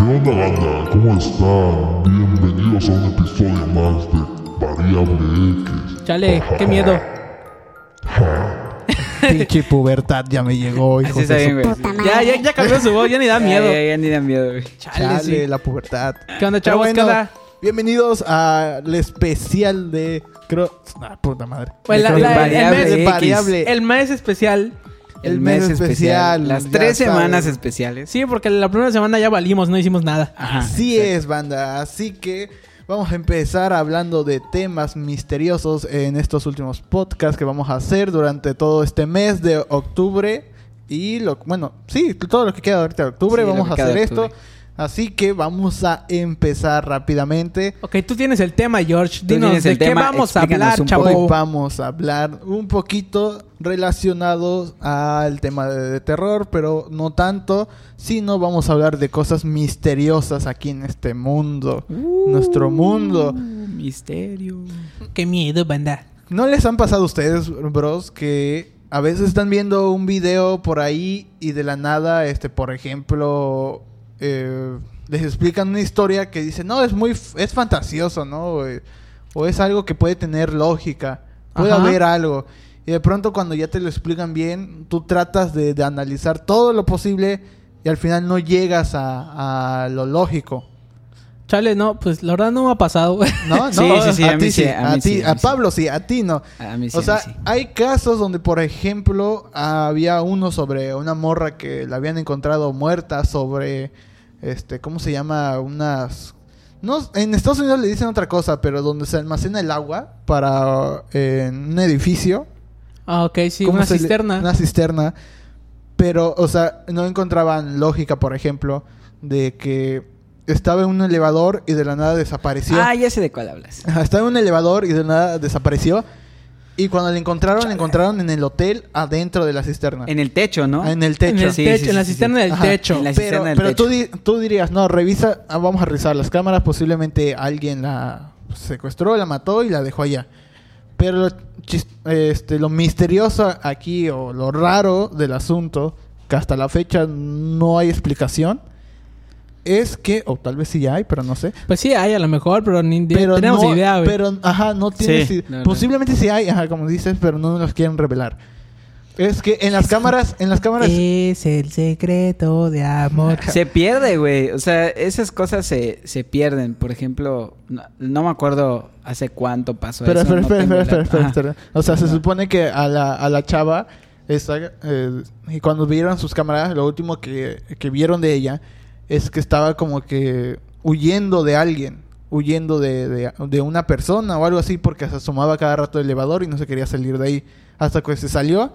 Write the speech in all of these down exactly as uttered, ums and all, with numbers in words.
onda, banda? ¿Cómo están? Bienvenidos a un episodio más de Variable X. Chale, qué miedo. Pinche pubertad ya me llegó, hijo Así está de bien, su... güey. Ya, ya, ya cambió su voz, ya ni da miedo. Ya, ya, ya ni da miedo, güey. Chale, Chale, sí. la pubertad. ¿Qué onda, Pero chavos? bueno, ¿Qué onda? bienvenidos al especial de... Creo... Ah, puta madre. Pues la- De la- variable, el mes- de variable. El mes especial. El mes especial, Las ya tres sabes. semanas especiales. Sí, porque la primera semana ya valimos, no hicimos nada. Ajá, Así exacto. es, banda. Así que vamos a empezar hablando de temas misteriosos en estos últimos podcasts que vamos a hacer durante todo este mes de octubre. Y lo, bueno, sí, todo lo que queda ahorita de octubre Sí, lo vamos que a queda hacer de esto. octubre. Así que vamos a empezar rápidamente. Ok, tú tienes el tema, George. Tú Dinos, tienes ¿de el qué tema, vamos a explícanos hablar, un chavo? Hoy vamos a hablar un poquito relacionados al tema de, de terror, pero no tanto, sino vamos a hablar de cosas misteriosas aquí en este mundo, Uh, nuestro mundo. Misterio. Qué miedo, banda. ¿No les han pasado a ustedes, bros, que a veces están viendo un video por ahí y de la nada, este, por ejemplo, eh, les explican una historia que dicen, no, es muy, f- es fantasioso, ¿no? O, eh, o es algo que puede tener lógica, puede Ajá. haber algo. Y de pronto cuando ya te lo explican bien, tú tratas de, de analizar todo lo posible y al final no llegas a, a lo lógico. Chale, no, pues la verdad no me ha pasado. ¿No? No, Sí, sí, sí, a, a ti mí sí, sí, a a mí ti, sí, a a mí sí. Pablo sí, a ti no. A mí sí, O a sea, mí sí. hay casos donde, por ejemplo, había uno sobre una morra que la habían encontrado muerta sobre, este, ¿cómo se llama? Unas... No, en Estados Unidos le dicen otra cosa, pero donde se almacena el agua para eh, un edificio. Ah, ok, sí, ¿Cómo una se le- cisterna. Una cisterna. Pero, o sea, no encontraban lógica, por ejemplo, de que estaba en un elevador y de la nada desapareció. Ah, ya sé de cuál hablas. Ajá, estaba en un elevador y de nada desapareció. Y cuando le encontraron, le encontraron en el hotel adentro de la cisterna. En el techo, ¿no? Ah, en el En techo. el Sí, techo, sí, en la sí, cisterna sí. del Ajá, techo. en la Pero, cisterna del pero tú, techo. di- tú dirías, no, revisa, ah, vamos a revisar las cámaras. Posiblemente alguien la secuestró, la mató y la dejó allá. Pero lo, chis- este, lo misterioso aquí o lo raro del asunto, que hasta la fecha no hay explicación, es que, o tal vez sí hay, pero no sé. Pues sí, hay a lo mejor, pero ni Pero tenemos no, idea, güey. Pero, ajá, no tienes Sí, idea. no, no. Posiblemente sí hay, ajá, como dices, pero no nos los quieren revelar. Es que en las cámaras, en las cámaras... Es el secreto de amor. Se pierde, güey. O sea, esas cosas se, se pierden. Por ejemplo, no, no me acuerdo hace cuánto pasó Pero eso. espera, no espera, tengo espera, la- espera, espera, Ajá. espera. O sea, se Ajá. supone que a la, a la chava, esta, eh, y cuando vieron sus cámaras, lo último que, que vieron de ella es que estaba como que huyendo de alguien, huyendo de, de, de una persona o algo así, porque se asomaba cada rato del elevador y no se quería salir de ahí. Hasta que se salió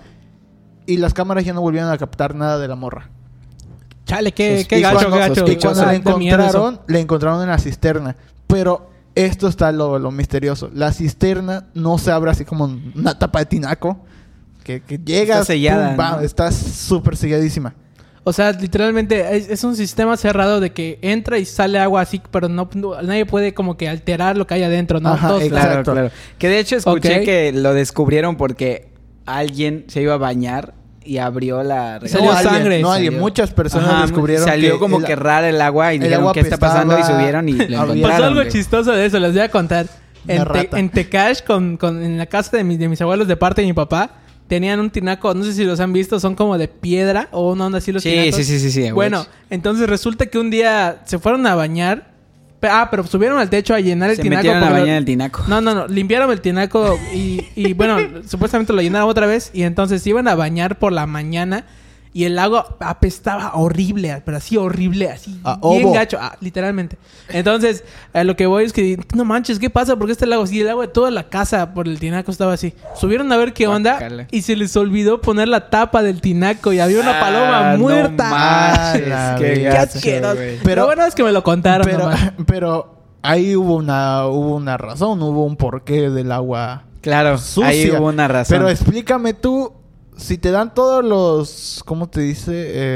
y las cámaras ya no volvieron a captar nada de la morra. Chale, qué, Sos- qué y gacho, cuando, qué gacho. y cuando Ah, la da miedo eso. encontraron, la encontraron en la cisterna. Pero esto está lo, lo misterioso. La cisterna no se abre así como una tapa de tinaco. Que, que llegas, Está sellada, pum, va, ¿no? está súper selladísima. O sea, literalmente es, es un sistema cerrado de que entra y sale agua así, pero no, no- nadie puede como que alterar lo que hay adentro, ¿no? Ajá, Todos- exacto. Claro, claro. Que de hecho escuché Ok. que lo descubrieron porque alguien se iba a bañar y abrió la Y salió no alguien, sangre. no alguien. Salió. Muchas personas Ajá, descubrieron salió que como el- que rara el agua y el dijeron agua qué está pasando y apestaba, subieron y lo había- encontraron. Pasó algo güey. chistoso de eso, les voy a contar. Una En, Te- rata. en Tecash, con, con, en la casa de, mis de mis abuelos de parte de mi papá, tenían un tinaco, no sé si los han visto, son como de piedra o una onda así los Sí, tinacos. sí, sí, sí, sí, Bueno, güey. entonces resulta que un día se fueron a bañar. Pe- Ah, pero subieron al techo a llenar el Se tinaco. metieron a porque lo- bañar en el tinaco. No, no, no. Limpiaron el tinaco y, y bueno, supuestamente lo llenaron otra vez. Y entonces se iban a bañar por la mañana. Y el agua apestaba horrible, pero así horrible, así A bien ovo. gacho, ah, literalmente. Entonces, a lo que voy es que, no manches, ¿qué pasa? ¿Por qué está el agua así? El agua de toda la casa por el tinaco estaba así. Subieron a ver qué onda Guácala. y se les olvidó poner la tapa del tinaco y había una Ah, paloma no muerta. manches, Ah, qué qué gacho, asqueroso. güey. Pero- Lo bueno es que me lo contaron Pero, nomás. pero ahí hubo una, hubo una razón, hubo un porqué del agua Claro, sucia. ahí hubo una razón. Pero explícame tú, si te dan todos los, ¿cómo te dice?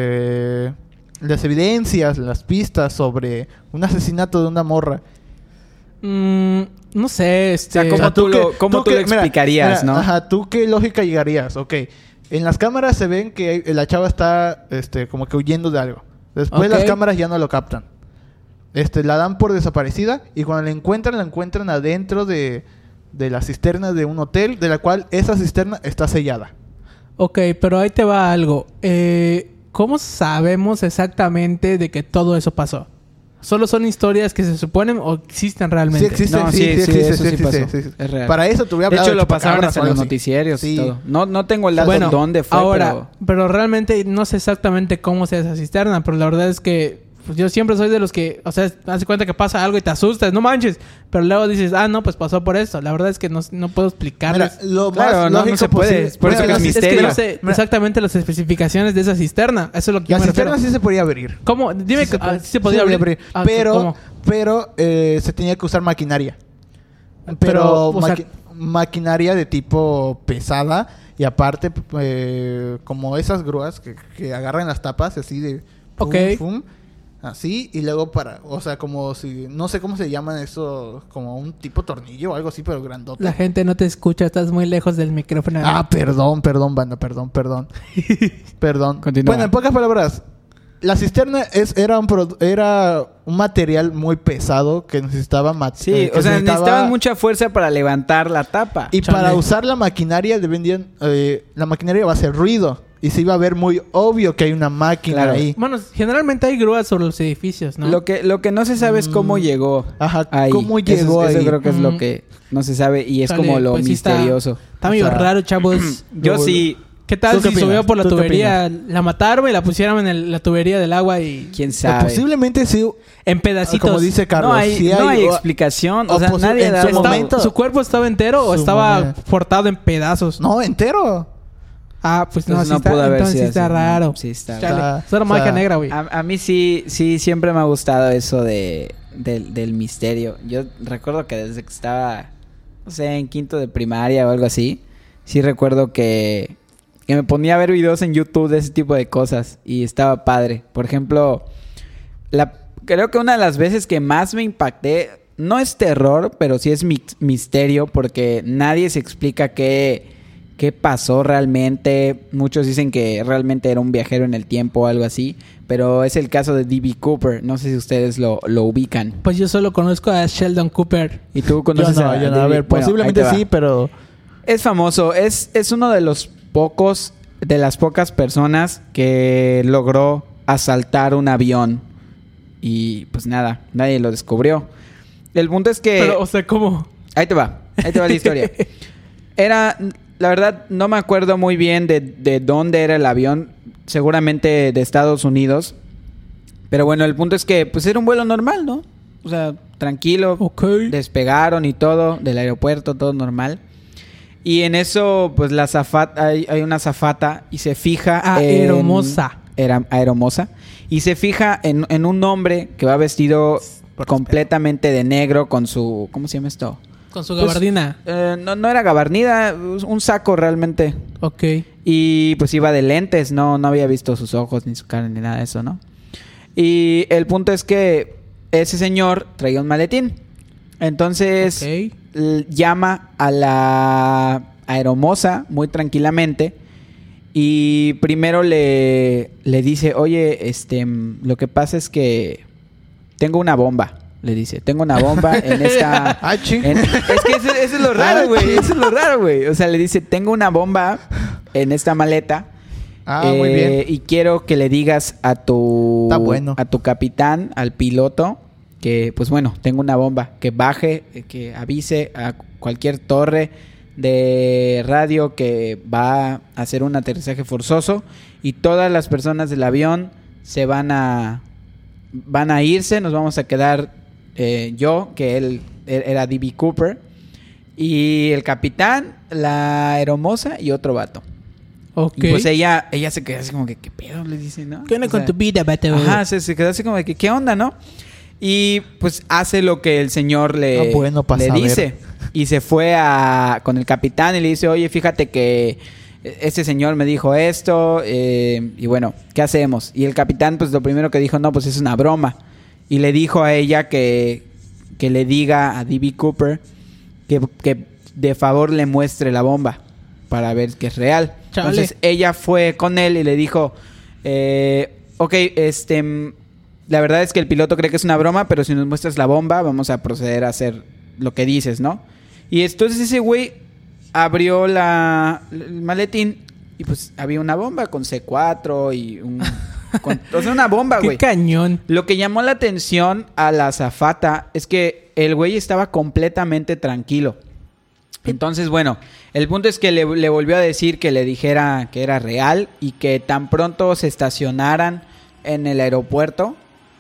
Eh, las evidencias, las pistas sobre un asesinato de una morra. Mm, no sé, este... O sea, ¿cómo tú lo- cómo tú lo qué- mira, explicarías, mira, no? Ajá, ¿tú qué lógica llegarías? Ok, en las cámaras se ven que la chava está, este, como que huyendo de algo. Después Ok. las cámaras ya no lo captan. Este, la dan por desaparecida y cuando la encuentran, la encuentran adentro de, de la cisterna de un hotel, de la cual esa cisterna está sellada. Ok, pero ahí te va algo. Eh, ¿Cómo sabemos exactamente de que todo eso pasó? ¿Solo son historias que se suponen o existen realmente? Sí existen, No, sí, sí, sí, sí, existe, eso sí, sí sí, pasó. sí, sí. Es real. Para eso te voy a De hablar hecho, lo pasaron chupacabras hasta o en los algo así. noticieros y Sí. todo. No, no tengo el dato Bueno, dónde fue, ahora, pero... pero realmente no sé exactamente cómo sea esa cisterna, pero la verdad es que pues, yo siempre soy de los que, o sea, hace cuenta que pasa algo y te asustas, no manches, pero luego dices, ah, no, pues pasó por esto. La verdad es que no, no puedo explicarles. Mira, lo Claro, más no, no lógico se puede. posible- Por eso Mira, que es la- es que misterio. no sé Mira, exactamente las especificaciones de esa cisterna. Eso es lo que yo la me cisterna refiero. sí se podía abrir. ¿Cómo? Dime Sí que se ah, puede- sí se podía sí se abrir. Ah, pero ¿cómo? pero eh, se tenía que usar maquinaria. Pero, Pero, o sea- maqui- maquinaria de tipo pesada y aparte eh, como esas grúas que, que agarran las tapas así de fum, Ok. fum, así y luego para, o sea, como si no sé cómo se llaman eso, como un tipo tornillo o algo así, pero grandote. La gente no te escucha, estás muy lejos del micrófono. Ah, perdón, perdón, banda, perdón, perdón. Perdón. Continúa. Bueno, en pocas palabras, la cisterna es, era, un produ- era un material muy pesado que necesitaba mat- Sí, eh, que o sea, necesitaba- necesitaban mucha fuerza para levantar la tapa. Y Chale. para usar la maquinaria, dependían, eh, la maquinaria va a hacer ruido. Y se iba a ver muy obvio que hay una máquina Claro. ahí. Bueno, generalmente hay grúas sobre los edificios, ¿no? Lo que lo que no se sabe es cómo Mm. llegó Ajá, ahí. ¿cómo Eso- llegó eso ahí? creo que es Mm. lo que no se sabe y es Chale, como lo pues sí está- misterioso. Está medio O sea, raro, chavos. Yo sí, ¿Qué tal ¿Tú qué si subió opinas? por la ¿Tú qué tubería, la mataron y la pusieron en el- la tubería del agua y quién O sabe. posiblemente sí, en pedacitos? como dice Carlos, no hay, sí no hay o- explicación. o O sea, posi- nadie en da su como- ¿Estaba- momento- ¿Su cuerpo estaba entero o Su estaba momento. cortado en pedazos? no, entero. Ah, pues no, Entonces sí no está, pudo haber entonces sí sido está así. raro. Sí está Chale, raro. eso era O magia sea, negra, güey. A, a mí sí, sí, siempre me ha gustado eso de, del- del misterio. Yo recuerdo que desde que estaba, no sé, en quinto de primaria o algo así, sí recuerdo que, que me ponía a ver videos en YouTube de ese tipo de cosas y estaba padre. Por ejemplo, la, creo que una de las veces que más me impacté, no es terror, pero sí es mi- misterio porque nadie se explica qué... ¿Qué pasó realmente? Muchos dicen que realmente era un viajero en el tiempo o algo así. Pero es el caso de D B Cooper. No sé si ustedes lo, lo ubican. Pues yo solo conozco a Sheldon Cooper. ¿Y tú Yo conoces no, a yo no. D B? A ver, Bueno, posiblemente ahí te va. sí, pero Es famoso. Es, es uno de los pocos... De las pocas personas que logró asaltar un avión. Y pues nada, nadie lo descubrió. El punto es que... Pero, o sea, ¿cómo? Ahí te va, ahí te va la historia. Era, la verdad, no me acuerdo muy bien de, de dónde era el avión. Seguramente de Estados Unidos. Pero bueno, el punto es que, pues era un vuelo normal, ¿no? O sea, tranquilo. Ok. Despegaron y todo, del aeropuerto, todo normal. Y en eso, pues la azafata, hay, hay una azafata y se fija en... Aeromoza. Era aeromoza. Y se fija en, en un hombre que va vestido Por completamente de negro con su... ¿Cómo se llama esto? Con su Pues, gabardina. eh, no, no era gabardina, un saco realmente. Ok. Y pues iba de lentes, no, no había visto sus ojos, ni su cara, ni nada de eso, ¿no? Y el punto es que ese señor traía un maletín. Entonces Ok. l- llama a la aeromoza muy tranquilamente. Y primero le, le dice, oye, este, mm, lo que pasa es que tengo una bomba. Le dice, tengo una bomba en esta... Ah, ching. en- es que eso, eso es lo raro, güey. Eso es lo raro, güey. O sea, le dice, tengo una bomba en esta maleta. Ah, muy eh, bien. Y quiero que le digas a tu... Está bueno. A tu capitán, al piloto, que, pues bueno, tengo una bomba. Que baje, eh, que avise a cualquier torre de radio que va a hacer un aterrizaje forzoso. Y todas las personas del avión se van a... Van a irse, nos vamos a quedar... Eh, yo, que él, él era D B Cooper, y el capitán, la aeromoza y otro vato. Ok. Y pues ella, ella se quedó así como que, ¿qué pedo? Le dice, ¿no? ¿Qué onda O con sea, tu vida, vato? Ajá, se, se quedó así como de que, ¿qué onda, no? Y pues hace lo que el señor le, Ah, bueno, pa' le saber. dice. Y se fue a, con el capitán y le dice, oye, fíjate que este señor me dijo esto, eh, y bueno, ¿qué hacemos? Y el capitán, pues lo primero que dijo, no, pues es una broma. Y le dijo a ella que, que le diga a D B Cooper que, que de favor le muestre la bomba para ver que es real. Chale. Entonces ella fue con él y le dijo, eh, ok, este, mm, la verdad es que el piloto cree que es una broma, pero si nos muestras la bomba, vamos a proceder a hacer lo que dices, ¿no? Y entonces ese güey abrió la, el maletín y pues había una bomba con C cuatro y un... con, o sea, una bomba, güey. Qué cañón. Lo que llamó la atención a la azafata es que el güey estaba completamente tranquilo. Entonces, bueno, el punto es que le, le volvió a decir que le dijera que era real y que tan pronto se estacionaran en el aeropuerto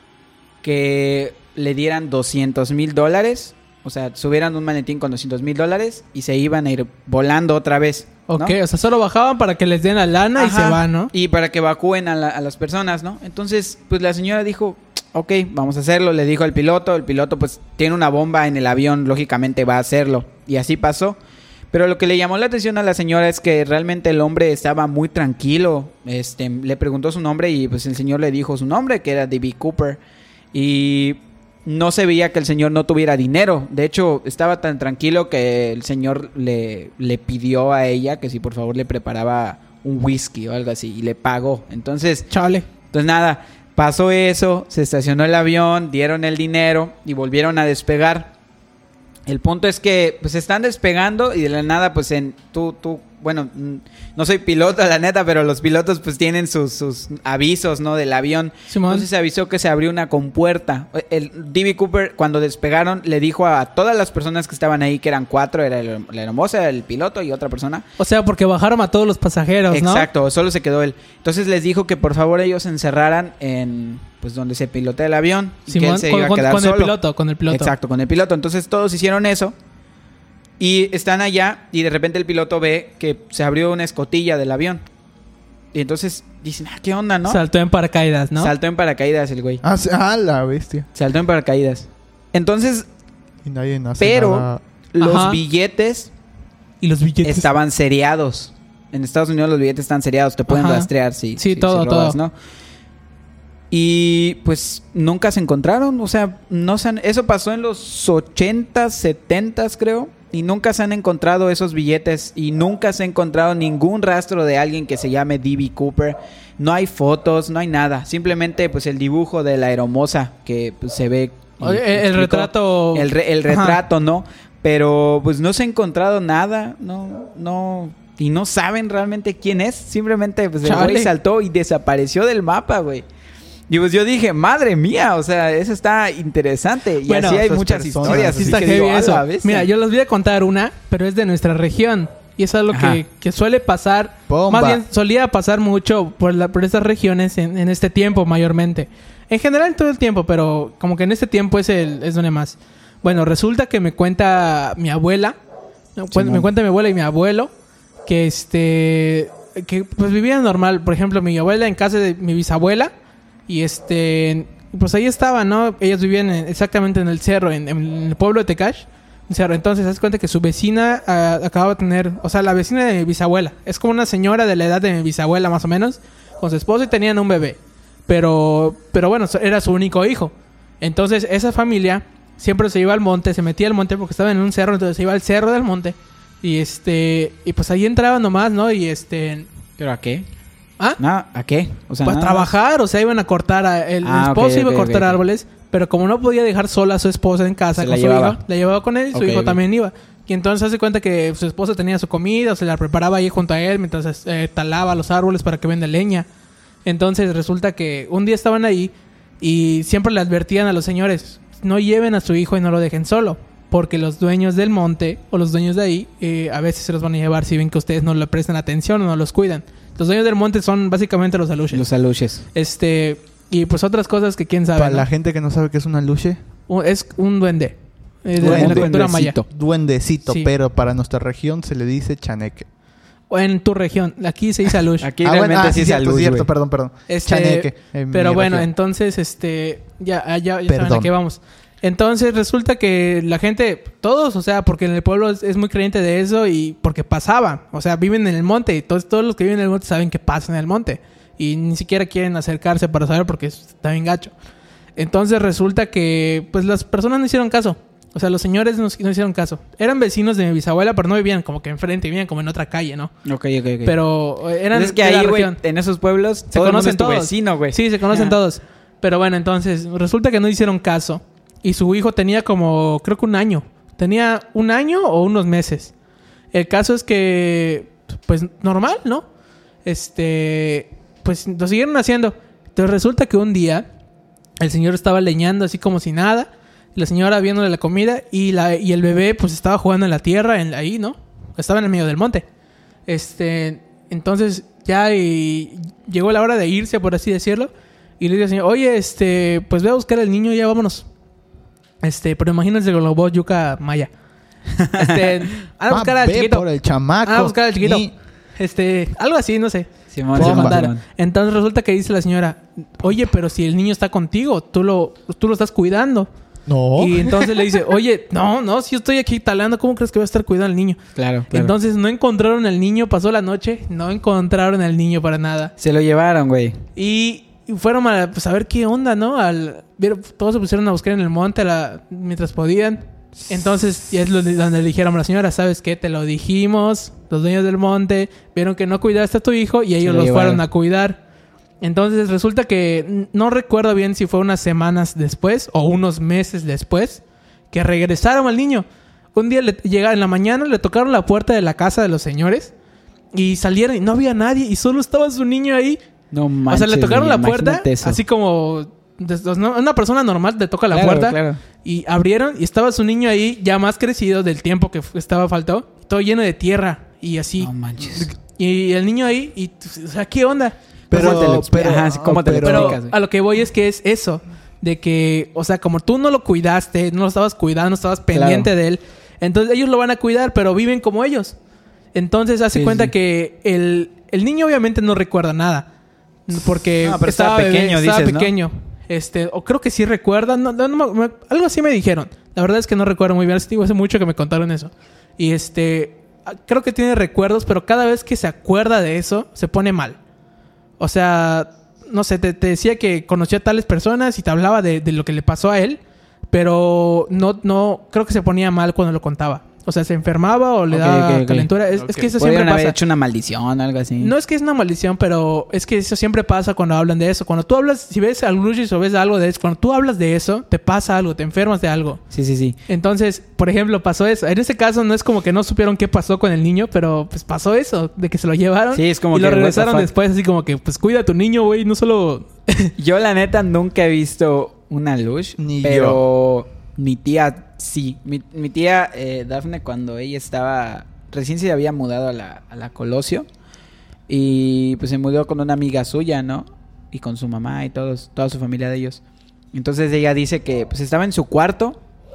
que le dieran doscientos mil dólares. O sea, subieran un maletín con doscientos mil dólares y se iban a ir volando otra vez, ¿no? Ok, o sea, solo bajaban para que les den la lana. Ajá, y se van, ¿no? Y para que evacúen a, la, a las personas, ¿no? Entonces, pues la señora dijo, ok, vamos a hacerlo. Le dijo al piloto. El piloto, pues, tiene una bomba en el avión. Lógicamente va a hacerlo. Y así pasó. Pero lo que le llamó la atención a la señora es que realmente el hombre estaba muy tranquilo. Este, le preguntó su nombre y, pues, el señor le dijo su nombre, que era D B Cooper. Y... no se veía que el señor no tuviera dinero. De hecho, estaba tan tranquilo que el señor le, le pidió a ella que si por favor le preparaba un whisky o algo así. Y le pagó. Entonces, chale. Entonces nada, pasó eso. Se estacionó el avión, dieron el dinero y volvieron a despegar. El punto es que pues están despegando y de la nada pues en tú, tú, bueno, no soy piloto la neta, pero los pilotos pues tienen sus, sus avisos, ¿no? Del avión. Simón. Entonces se avisó que se abrió una compuerta. El D B Cooper cuando despegaron le dijo a todas las personas que estaban ahí, que eran cuatro, era el, la hermosa, el piloto y otra persona. O sea, porque bajaron a todos los pasajeros, ¿no? Exacto, solo se quedó él. Entonces les dijo que por favor ellos se encerraran en... pues donde se pilotea el avión y Simón, que él se con, iba a con, quedar con solo. el piloto, con el piloto. Exacto, con el piloto. Entonces todos hicieron eso y están allá y de repente el piloto ve que se abrió una escotilla del avión. Y entonces dicen, ah, ¿qué onda, no? Saltó en paracaídas, ¿no? Saltó en paracaídas el güey. Ah, ah la bestia. Saltó en paracaídas. Entonces, y nadie nace pero nada. los Ajá. billetes y los billetes estaban seriados. En Estados Unidos los billetes están seriados, te pueden Ajá. rastrear si, sí, si, todo, si robas, todo. ¿no? Y pues nunca se encontraron, o sea, no se han, eso pasó en los ochentas, setentas creo, y nunca se han encontrado esos billetes y nunca se ha encontrado ningún rastro de alguien que se llame D B Cooper. No hay fotos, no hay nada, simplemente pues el dibujo de la aeromoza que pues, se ve. El, el retrato. El, re, el retrato, Ajá. ¿no? Pero pues no se ha encontrado nada, no, no, y no saben realmente quién es, simplemente pues el güey saltó y desapareció del mapa, güey. Y pues yo dije, madre mía, o sea, eso está interesante. Y bueno, así hay muchas personas. historias. Sí así está que heavy digo, eso. a veces. Mira, yo les voy a contar una, pero es de nuestra región. Y es algo que, que suele pasar, Bomba. más bien solía pasar mucho por, la, por estas regiones en, en este tiempo mayormente. En general todo el tiempo, pero como que en este tiempo es, el, es donde más. Bueno, resulta que me cuenta mi abuela, sí, me cuenta mi abuela y mi abuelo, que este que pues vivían normal. Por ejemplo, mi abuela en casa de mi bisabuela. Y este, pues ahí estaban, ¿no? Ellos vivían en, exactamente en el cerro, en, en el pueblo de Tecash. Un cerro. Entonces, haz cuenta que su vecina uh, acababa de tener, o sea, la vecina de mi bisabuela. Es como una señora de la edad de mi bisabuela, más o menos, con su esposo y tenían un bebé. Pero, pero bueno, era su único hijo. Entonces, esa familia siempre se iba al monte, se metía al monte porque estaba en un cerro, entonces se iba al cerro del monte. Y este, y pues ahí entraban nomás, ¿no? Y este. ¿Pero a qué? ¿Ah? No, ¿a qué? O sea, para trabajar, más. O sea, iban a cortar a, el ah, esposo okay, iba okay, a cortar okay. árboles, pero como no podía dejar sola a su esposa en casa se con la su llevaba. hijo, la llevaba con él y su okay, hijo okay. también iba. Y entonces hace cuenta que su esposa tenía su comida, o se la preparaba ahí junto a él mientras eh, talaba los árboles para que venda leña. Entonces resulta que un día estaban ahí y siempre le advertían a los señores, no lleven a su hijo y no lo dejen solo. Porque los dueños del monte o los dueños de ahí eh, a veces se los van a llevar si ven que ustedes no le prestan atención o no los cuidan. Los dueños del monte son básicamente los aluches. Los aluches. Este, y pues otras cosas que quién sabe. Para ¿no? la gente que no sabe qué es un aluche. Es un duende. Es Duende. de la cultura maya. Duendecito, Sí. pero para nuestra región se le dice chaneque. O en tu región. Aquí se dice aluche. Aquí ah, realmente bueno, ah, sí sí, es cierto, aluche, cierto, güey. perdón, perdón. Este, Chaneque. Pero bueno, región. entonces, este, ya, ya, ya saben a qué vamos. Entonces resulta que la gente, todos, o sea, porque en el pueblo es, es muy creyente de eso y porque pasaba, o sea, viven en el monte y todos, todos los que viven en el monte saben que pasa en el monte y ni siquiera quieren acercarse para saber porque está bien gacho. Entonces resulta que, pues las personas no hicieron caso, o sea, los señores no, no hicieron caso. Eran vecinos de mi bisabuela, pero no vivían como que enfrente, vivían como en otra calle, ¿no? Ok, ok, ok. Pero eran es que de ahí, la güey, región. en esos pueblos Se todo conocen el mundo es tu todos. vecino, güey. Sí, se conocen Ajá. todos. Pero bueno, entonces, resulta que no hicieron caso. Y su hijo tenía como, creo que un año. Tenía un año o unos meses. El caso es que, pues, normal, ¿no? Este, pues, lo siguieron haciendo. Entonces, resulta que un día, el señor estaba leñando así como si nada. La señora viéndole la comida y, la, y el bebé, pues, estaba jugando en la tierra, en, ahí, ¿no? Estaba en el medio del monte. Este, entonces, ya y, llegó la hora de irse, por así decirlo. Y le dice al señor, oye, este, pues, ve a buscar al niño y ya vámonos. Este, pero imagínense con la voz yuca maya. Este, a buscar al ve chiquito. por el chamaco. A buscar al chiquito. Ni- Este, algo así, no sé. Simón, Puedo Simón, contar. Simón. Entonces resulta que dice la señora, oye, pero si el niño está contigo, tú lo, tú lo estás cuidando. No. Y entonces le dice, oye, no, no, si yo estoy aquí talando, ¿cómo crees que voy a estar cuidando al niño? Claro, claro. Entonces no encontraron al niño, pasó la noche, no encontraron al niño para nada. Se lo llevaron, güey. Y, y fueron a, pues, a ver qué onda, ¿no? Al, vieron- todos se pusieron a buscar en el monte a la- mientras podían. Entonces, ya es lo de- donde le dijeron a la señora, ¿sabes qué? Te lo dijimos, los dueños del monte vieron que no cuidaste a tu hijo y ellos lo los llevaron. fueron a cuidar. Entonces, resulta que n- no recuerdo bien si fue unas semanas después o unos meses después que regresaron al niño. Un día le llegaron en la mañana, le tocaron la puerta de la casa de los señores y salieron y no había nadie y solo estaba su niño ahí. No O manches. sea, le tocaron güey, la puerta, imagínate eso. así como des- dos- no, una persona normal te toca la Claro, puerta claro. y abrieron y estaba su niño ahí ya más crecido del tiempo que fu- estaba faltó, todo lleno de tierra y así. No manches. Y el niño ahí, y, o sea, ¿qué onda? Pero, ¿Cómo te lo expli- pero, Ajá, sí, ¿cómo te lo pero- Pero explicas, güey? a lo que voy es que es eso, de que, o sea, como tú no lo cuidaste, no lo estabas cuidando, no estabas pendiente de él, entonces ellos lo van a cuidar, pero viven como ellos. Entonces hace Sí, cuenta sí. que el, el niño obviamente no recuerda nada, porque No, pero estaba estaba bebé, pequeño, estaba dices, ¿no? pequeño. Este, o creo que sí recuerda, no, no, no, me- algo así me dijeron. La verdad es que no recuerdo muy bien, digo, hace mucho que me contaron eso. Y este, creo que tiene recuerdos, pero cada vez que se acuerda de eso, se pone mal. O sea, no sé, te, te decía que conocía a tales personas y te hablaba de, de lo que le pasó a él, pero no, no, creo que se ponía mal cuando lo contaba. O sea, se enfermaba o le Ok, daba ok, ok. calentura. Es, es Ok. que eso siempre Pudieron haber pasa. hecho una maldición, algo así. No es que es una maldición, pero es que eso siempre pasa cuando hablan de eso. Cuando tú hablas, si ves al Luchis o ves algo de eso, cuando tú hablas de eso, te pasa algo, te enfermas de algo. Sí, sí, sí. Entonces, por ejemplo, pasó eso. En ese caso no es como que no supieron qué pasó con el niño, pero pues pasó eso, de que se lo llevaron Sí, es como y que, lo what the regresaron fuck. después, así como que pues cuida a tu niño, güey, no solo... Yo, la neta, nunca he visto una Lush. Ni pero mi tía sí. Mi, mi tía eh, Dafne, cuando ella estaba... Recién se había mudado a la, a la Colosio. Y pues se mudó con una amiga suya, ¿no? Y con su mamá y todos, toda su familia de ellos. Entonces ella dice que pues estaba en su cuarto.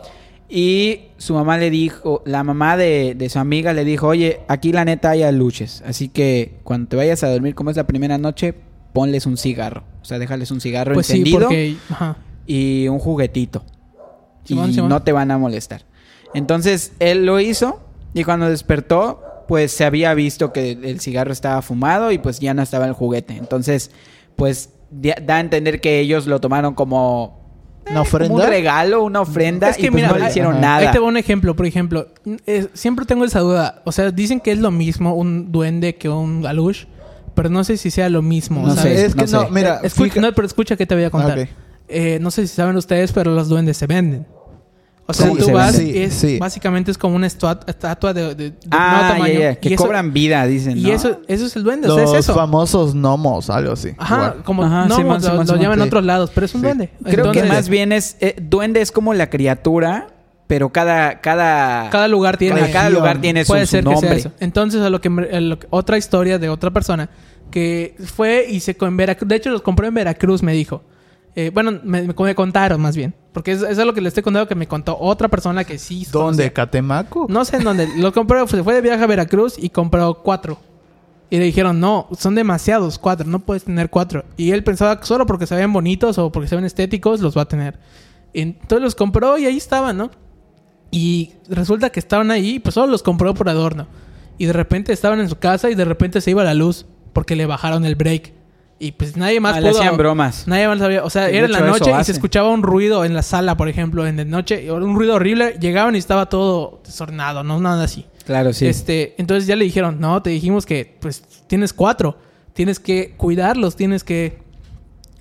Y su mamá le dijo... La mamá de, de su amiga le dijo... Oye, aquí la neta hay aluches. Así que cuando te vayas a dormir, como es la primera noche... Ponles un cigarro. O sea, déjales un cigarro Pues sí, encendido porque... Ajá. y un juguetito. Simón, y Simón. no te van a molestar. Entonces, él lo hizo y cuando despertó, pues se había visto que el cigarro estaba fumado y pues ya no estaba el juguete. Entonces, pues da da a entender que ellos lo tomaron como... ¿Una ofrenda? Como un regalo, una ofrenda Es que y pues mira, no le ahí- hicieron ajá. nada. Ahí te va un ejemplo, por ejemplo. eh, siempre tengo esa duda. O sea, dicen que es lo mismo un duende que un alush, pero no sé si sea lo mismo, No ¿sabes? sé, es que no no, sé. mira, Escucha, fija- no, pero escucha que te voy a contar. Ah, ok. Eh, no sé si saben ustedes, pero los duendes se venden. O sea, Sí, tú se vas venden. y es, Sí, sí. básicamente es como una estua- estatua de, de, de Ah, no ya, tamaño. ya, que y eso, cobran vida, dicen, Y ¿no? eso, eso es el duende, o sea, Los es eso. famosos gnomos, algo así. Ajá, Igual. como Ajá, no, Simón, lo, Simón, lo Simón, llaman en sí. otros lados, pero es un Sí. duende. Creo que Entonces, más bien es... eh, duende es como la criatura, pero cada... Cada, cada lugar tiene... cada, cada lugar tiene su, Puede su ser que sea nombre. eso. Entonces, a lo que, me- a lo que- otra historia de otra persona que fue y se co- en Veracruz, de hecho los compró en Veracruz, me dijo. Eh, bueno, me, me- me contaron más bien, porque es, es lo que le estoy contando que me contó otra persona que sí. ¿Dónde? conocía. ¿Catemaco? No sé en dónde. Lo compró, se fue de viaje a Veracruz y compró cuatro. Y le dijeron, no, son demasiados cuatro, no puedes tener cuatro. Y él pensaba que solo porque se ven bonitos o porque se ven estéticos los va a tener. Y entonces los compró y ahí estaban, ¿no? Y resulta que estaban ahí, pues solo los compró por adorno. Y de repente estaban en su casa y de repente se iba la luz porque le bajaron el break. Y pues nadie más Ah, le pudo... hacían bromas. Nadie más sabía. O sea, Que era en la mucho noche eso y se hacen. escuchaba un ruido en la sala, por ejemplo, en la noche. Un ruido horrible. Llegaban y estaba todo desordenado, no nada así. Claro, sí. Este, entonces ya le dijeron, no, te dijimos que pues tienes cuatro. Tienes que cuidarlos, tienes que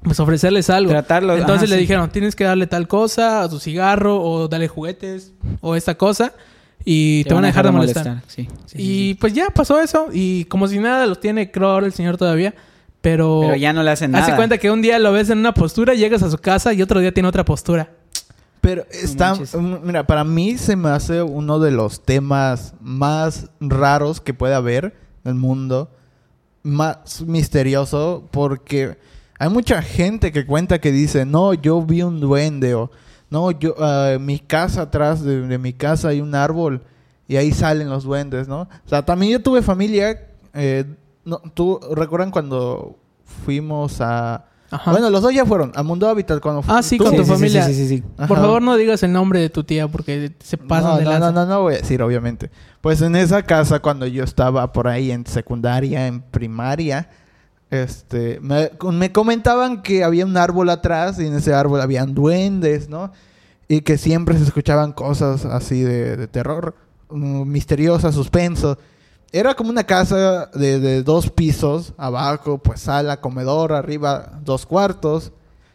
pues ofrecerles algo. Tratarlo. Entonces Ajá, le sí. dijeron, tienes que darle tal cosa a tu cigarro o darle juguetes o esta cosa y te, van a dejar de molestar. Sí, sí, y sí, sí. pues ya pasó eso y como si nada los tiene, creo ahora el señor todavía, pero... Pero ya no le hacen nada. Hace cuenta que un día lo ves en una postura, llegas a su casa y otro día tiene otra postura. Pero está... manches. um, mira, para mí se me hace uno de los temas más raros que puede haber en el mundo. Más misterioso porque hay mucha gente que cuenta que dice, no, yo vi un duende o no, yo, uh, mi casa atrás de, de mi casa hay un árbol y ahí salen los duendes, ¿no? O sea, también yo tuve familia, eh, no, ¿tú recuerdan cuando fuimos a... Ajá. Bueno, los dos ya fueron a Mundo Hábitat cuando fu- Ah, sí, tú- con Sí, tu sí, sí, familia. sí, sí, sí. Ajá. Por favor, no digas el nombre de tu tía porque se pasan no, de no, lanza. no, no, no voy a decir, obviamente. Pues en esa casa, cuando yo estaba por ahí en secundaria, en primaria, este, me, me comentaban que había un árbol atrás y en ese árbol habían duendes, ¿no? Y que siempre se escuchaban cosas así de, de terror, mm, misteriosas, suspenso. Era como una casa de, de dos pisos, abajo, pues sala, comedor, arriba, dos cuartos.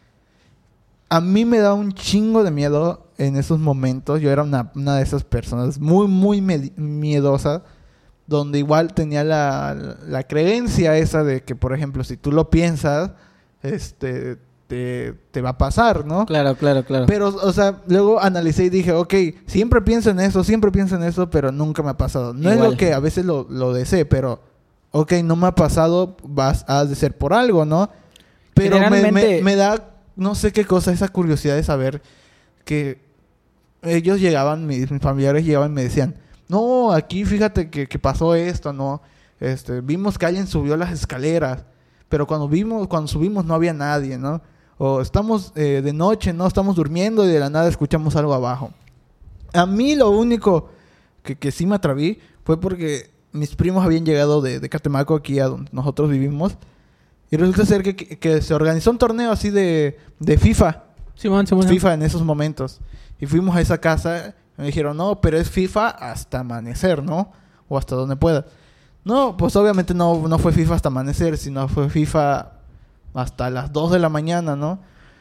A mí me da un chingo de miedo en esos momentos. Yo era una, una de esas personas muy, muy me- miedosa. Donde igual tenía la, la creencia esa de que, por ejemplo, si tú lo piensas, este, te, te va a pasar, ¿no? Claro, claro, claro. Pero, o sea, luego analicé y dije, ok, siempre pienso en eso, siempre pienso en eso, pero nunca me ha pasado. No Igual. es lo que a veces lo, lo desee, pero, ok, no me ha pasado, vas, has de ser por algo, ¿no? Pero me, Generalmente- me, me da, no sé qué cosa, esa curiosidad de saber que ellos llegaban, mis, mis familiares llegaban y me decían, no, aquí fíjate que, que pasó esto, ¿no? Este, vimos que alguien subió las escaleras, pero cuando vimos, cuando subimos no había nadie, ¿no? O estamos eh, de noche, ¿no? Estamos durmiendo y de la nada escuchamos algo abajo. A mí lo único que, que sí me atreví fue porque mis primos habían llegado de, de Catemaco aquí a donde nosotros vivimos. Y resulta ser que, que, que se organizó un torneo así de, de FIFA. Simón, Simón. FIFA en esos momentos. Y fuimos a esa casa. Me dijeron, no, pero es FIFA hasta amanecer, ¿no? O hasta donde pueda. No, pues obviamente no, no fue FIFA hasta amanecer, sino fue FIFA hasta las dos de la mañana, ¿no?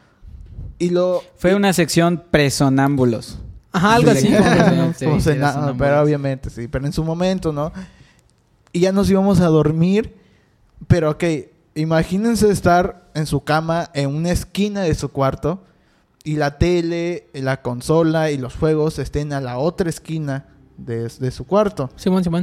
Y lo... Fue una sección presonámbulos. Ajá, algo así. Sí, como- sí, sí, Como sí, cena- era sonámbulos. pero obviamente sí, pero en su momento, ¿no? Y ya nos íbamos a dormir, pero ok, imagínense estar en su cama en una esquina de su cuarto y la tele, la consola y los juegos estén a la otra esquina de, de su cuarto. Simón, Simón.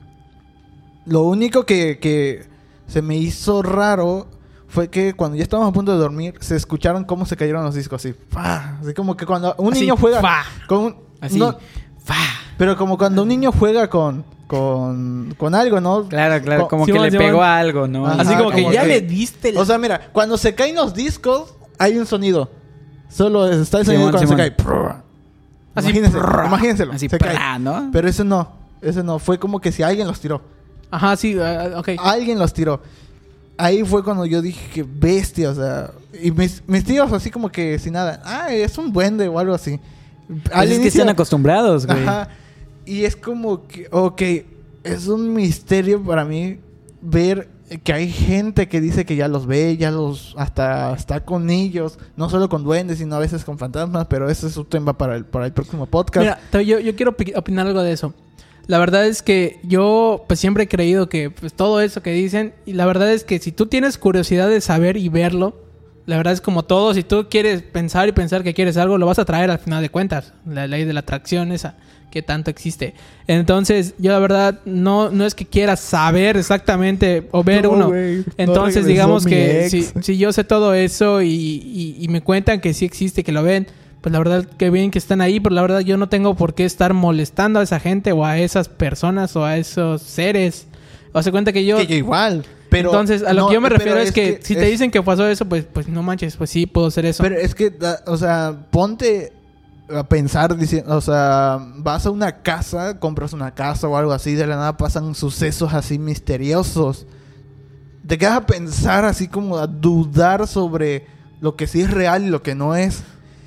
Lo único que, que se me hizo raro fue que cuando ya estábamos a punto de dormir se escucharon cómo se cayeron los discos así, ¡fah! Así como que cuando un Así, niño juega ¡fah! con un- Así. no, ¡Fa! pero como cuando un niño juega con con, con algo, ¿no? Claro, claro. Co- Como Simón, que le Simón. pegó a algo, ¿no? Ajá, Así como que como ya que- le diste la... O sea, mira, cuando se caen los discos hay un sonido. Solo está el sonido Simón, cuando Simón. se cae. Prrr. Así, Imagínense, prrr. imagínenselo. Así, se cae. ¡pra! ¿no? Pero ese no, ese no. Fue como que si alguien los tiró. Ajá, sí, ah, ok. Alguien los tiró. Ahí fue cuando yo dije que bestia, o sea. Y mis, mis tíos así como que sin nada. Ah, es un duende o algo así. Pues es que están acostumbrados, güey. Ajá. Y es como que, ok, es un misterio para mí ver que hay gente que dice que ya los ve, ya los, hasta está con ellos, no solo con duendes, sino a veces con fantasmas, pero ese es un tema para el, para el próximo podcast. Mira, te- yo, yo quiero opi- opinar algo de eso. La verdad es que yo pues siempre he creído que pues todo eso que dicen, y la verdad es que si tú tienes curiosidad de saber y verlo, la verdad es como todo, si tú quieres pensar y pensar que quieres algo, lo vas a traer al final de cuentas. La ley de la atracción esa que tanto existe. Entonces, yo la verdad no, no es que quiera saber exactamente o ver No, uno. güey, no Entonces, regresó digamos mi que ex. si, si yo sé todo eso y, y- y me cuentan que sí existe, que lo ven, pues la verdad que bien que están ahí, pero la verdad yo no tengo por qué estar molestando a esa gente o a esas personas o a esos seres. O se cuenta que yo... Que yo igual. Pero, Entonces, a lo no, que yo me pero refiero es, que, si te es- dicen que pasó eso, pues, pues no manches, pues sí, puedo hacer eso. Pero es que, da- o sea, ponte a pensar, diciendo, o sea, vas a una casa, compras una casa o algo así, de la nada pasan sucesos así misteriosos. Te quedas a pensar así como a dudar sobre lo que sí es real y lo que no es.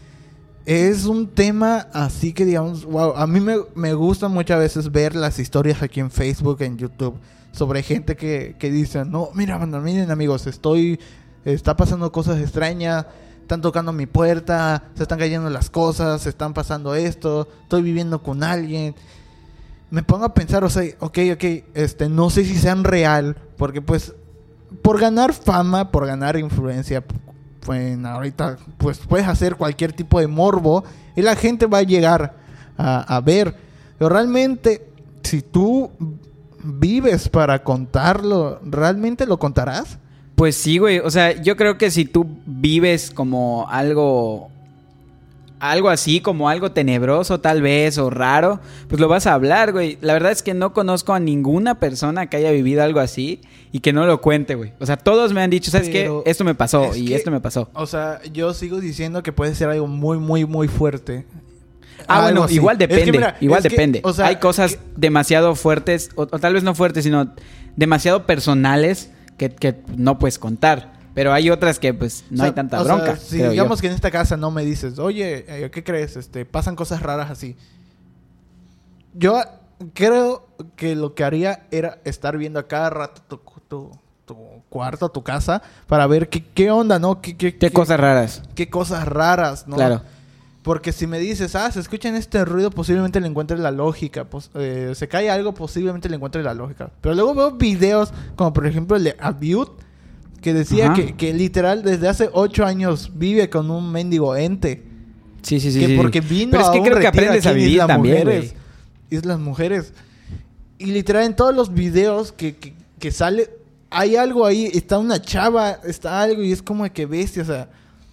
Es un tema así que digamos, wow, a mí me, me gusta muchas veces ver las historias aquí en Facebook, en YouTube, sobre gente que, que dice, no, mira, banda, miren amigos, estoy está pasando cosas extrañas, están tocando mi puerta, se están cayendo las cosas, se están pasando esto, estoy viviendo con alguien. Me pongo a pensar, o sea, ok, ok, este, no sé si sean real, porque pues, por ganar fama, por ganar influencia, pues ahorita, pues puedes hacer cualquier tipo de morbo y la gente va a llegar a, a ver. Pero realmente, si tú vives para contarlo, ¿realmente lo contarás? Pues sí, güey. O sea, yo creo que si tú vives como algo... Algo así, como algo tenebroso tal vez, o raro, pues lo vas a hablar, güey. La verdad es que no conozco a ninguna persona que haya vivido algo así y que no lo cuente, güey. O sea, todos me han dicho, ¿sabes Pero qué? Esto me pasó y que, esto me pasó. O sea, yo sigo diciendo que puede ser algo muy, muy, muy fuerte. Ah, Algo bueno, así. igual depende, Es que mira, igual es que, depende. o sea, hay cosas que... demasiado fuertes, o, o tal vez no fuertes, sino demasiado personales que, que no puedes contar. Pero hay otras que, pues, no o sea, hay tanta o sea, bronca, si creo digamos yo. que en esta casa no me dices, oye, eh, ¿qué crees? Este, pasan cosas raras así. Yo creo que lo que haría era estar viendo a cada rato tu, tu, tu cuarto, tu casa, para ver qué, qué onda, ¿no? ¿Qué, qué, ¿Qué, qué cosas raras? qué cosas raras, ¿no? Claro. Porque si me dices, ah, se escuchan este ruido, posiblemente le encuentre la lógica. Pues, eh, se cae algo, posiblemente le encuentre la lógica. Pero luego veo videos, como por ejemplo el de Abute, que decía que, que literal desde hace ocho años vive con un mendigo ente. Sí, sí, sí. Que sí. porque vino Pero es a que un creo que retiro aprendes aquí a en vivir Isla también, Mujeres. güey. Islas Mujeres. Y literal en todos los videos que, que, que sale, hay algo ahí, está una chava, está algo y es como de que bestia, o sea...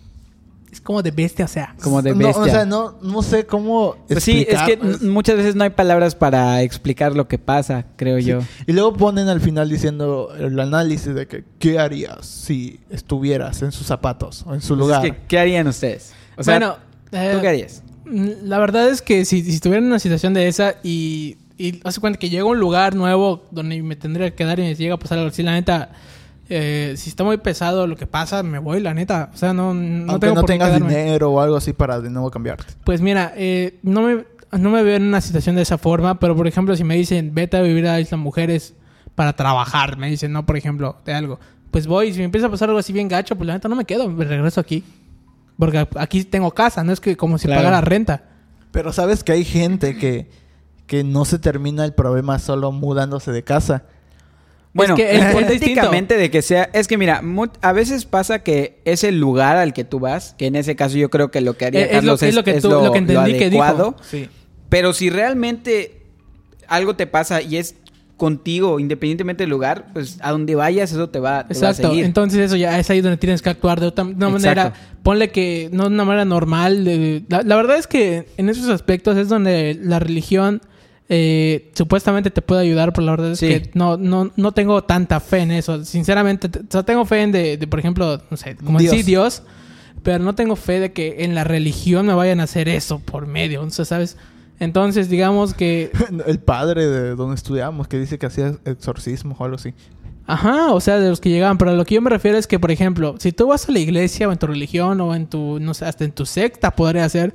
Es como de bestia, o sea. Como de No, bestia. o sea, no, no sé cómo Pues sí, es que explicar, n- muchas veces no hay palabras para explicar lo que pasa, creo Sí. yo. Y luego ponen al final diciendo el análisis de que qué harías si estuvieras en sus zapatos o en su lugar. Es que, ¿qué harían ustedes? O sea, bueno, eh, ¿tú qué harías? la verdad es que si, si estuviera en una situación de esa y, y hace cuenta que llega a un lugar nuevo donde me tendría que quedar y me llega a pasar algo así, la neta, eh, si está muy pesado lo que pasa, me voy, la neta. O sea, no, no Aunque tengo no por qué tengas quedarme. dinero o algo así para de nuevo cambiarte. Pues mira, eh, no me no me veo en una situación de esa forma, pero por ejemplo, si me dicen, vete a vivir a Isla Mujeres para trabajar, me dicen, no, por ejemplo, de algo, pues voy, si me empieza a pasar algo así bien gacho, pues la neta no me quedo, me regreso aquí. Porque aquí tengo casa, no es que como si Claro. pagara renta. Pero sabes que hay gente que, que no se termina el problema solo mudándose de casa. Bueno, es que es- es hipotéticamente de que sea... Es que mira, mu- a veces pasa que es el lugar al que tú vas, que en ese caso yo creo que lo que haría Es- es lo- Carlos es es, lo que es tú- lo, lo que entendí lo que dijo. adecuado. Sí. Pero si realmente algo te pasa y es contigo, independientemente del lugar, pues a donde vayas eso te va, te va a Exacto, seguir. entonces eso ya es ahí donde tienes que actuar de otra una manera, Exacto. ponle que no de una manera normal. de- la, la verdad es que en esos aspectos es donde la religión eh, supuestamente te puede ayudar, pero la verdad es Sí. que no, no, no tengo tanta fe en eso. Sinceramente, t- o sea, tengo fe en de, de, por ejemplo, no sé, como Dios. decir Dios, pero no tengo fe de que en la religión me vayan a hacer eso por medio, o sea, ¿sabes? Entonces, digamos que El padre de donde estudiamos que dice que hacía exorcismos o algo así. ajá, o sea, de los que llegaban. Pero a lo que yo me refiero es que, por ejemplo, si tú vas a la iglesia o en tu religión o en tu, no sé, hasta en tu secta podría ser,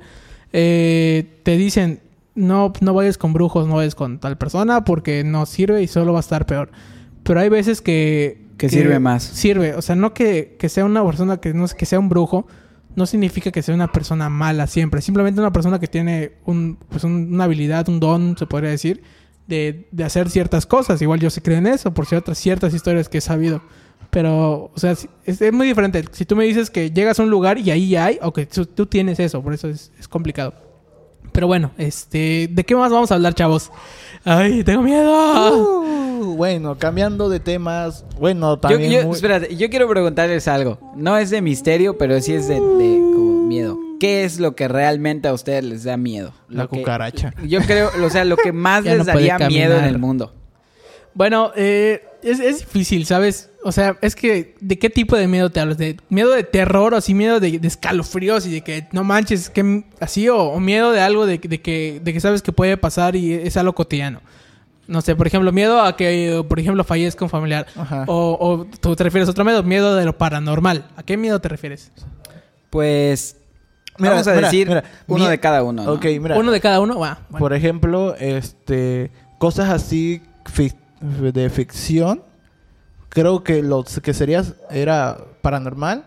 eh, te dicen, no, no vayas con brujos, no vayas con tal persona porque no sirve y solo va a estar peor. Pero hay veces que... Que sirve más. Sirve, o sea, no que, que sea una persona que, no sé, que sea un brujo, no significa que sea una persona mala siempre. Simplemente una persona que tiene un, pues un- una habilidad, un don, se podría decir, de, de hacer ciertas cosas. Igual yo sí creo en eso, por ciertas, ciertas historias que he sabido. Pero, o sea, si- es, es muy diferente. Si tú me dices que llegas a un lugar y ahí hay, o que tú, tú tienes eso, por eso es, es complicado. Pero bueno, este, ¿de qué más vamos a hablar, chavos? ¡Ay, tengo miedo! Uh, bueno, cambiando de temas. Bueno, Yo, también. yo- muy- espérate, yo quiero preguntarles algo. No es de misterio, pero sí es de, de como miedo. ¿Qué es lo que realmente a ustedes les da miedo? La Lo que- cucaracha. Yo creo, o sea, lo que más Ya les no puede daría miedo en caminar. el mundo. Bueno, eh, es, es difícil, ¿sabes? O sea, es que, ¿de qué tipo de miedo te hablas? ¿De miedo de terror o así miedo de, de escalofríos y de que no manches, que así? O, o miedo de algo de, de que, de que sabes que puede pasar y es algo cotidiano. No sé, por ejemplo, miedo a que, por ejemplo, fallezca un familiar. Ajá. O, o tú te refieres a otro miedo, miedo de lo paranormal. ¿A qué miedo te refieres? Pues Mira, vamos a mira, decir mira, uno mi- de cada uno, ¿no? Ok, mira. Uno de cada uno, va. Bueno. Por ejemplo, este, cosas así fic- de ficción creo que lo que serías era paranormal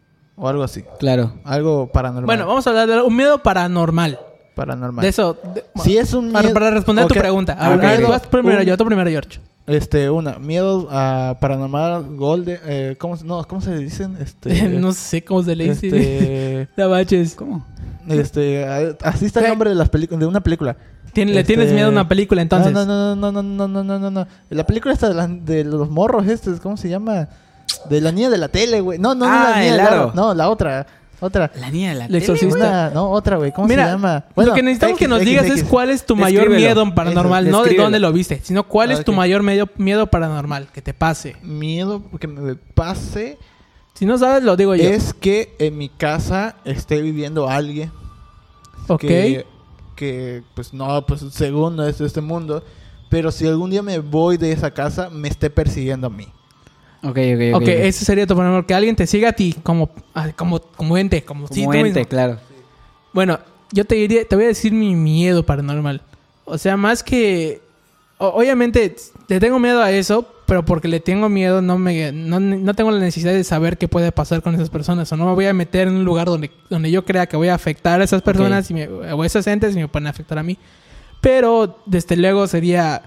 o algo así. Claro. Algo paranormal. Bueno, vamos a hablar de un miedo paranormal. Paranormal. De eso. de- Si es un para, miedo... para responder a Ok. tu pregunta. A ver, Ok. a ver, tú vas primero Un- yo, tú primero, George. Este, una, miedo a paranormal, golden, eh, ¿cómo, se- no, ¿cómo se dicen? Este, no sé cómo se le dice. este, La baches. ¿Cómo? este, a- así está el ¿Qué? nombre de las películas, de una película. Tien- ¿Le Este- tienes miedo a una película entonces? No, no, no, no, no, no, no, no, no, no. La película esta de, la- de los morros estos, ¿cómo se llama? De la niña de la tele, güey. No, no, no, Ah, la niña el del aro. aro. No, la otra, otra. La niña de la El tele, exorcista. güey. Una- no, otra, güey. ¿Cómo Mira, se llama? lo que necesitamos X, que nos X, digas X. es cuál es tu mayor Descríbelo. miedo paranormal, Eso, no de descríbelo. dónde lo viste, sino cuál es tu Ok. mayor medio, miedo paranormal que te pase. Miedo que me pase Si no sabes, lo digo yo. es que en mi casa esté viviendo alguien. ok. que, que pues no, pues según no es de este mundo, pero si algún día me voy de esa casa, me esté persiguiendo a mí. Ok, ok, ok. Ok, ese sería tu paranormal. Que alguien te siga a ti como, ah, como, como ente, como, sí, Como tú ente, mismo. claro. Bueno, yo te diría, te voy a decir mi miedo paranormal. O sea, más que... o- obviamente, le tengo miedo a eso, pero porque le tengo miedo no me no, no tengo la necesidad de saber qué puede pasar con esas personas. O no me voy a meter en un lugar donde, donde yo crea que voy a afectar a esas personas y me- o a esas entes y me pueden afectar a mí. Pero, desde luego, sería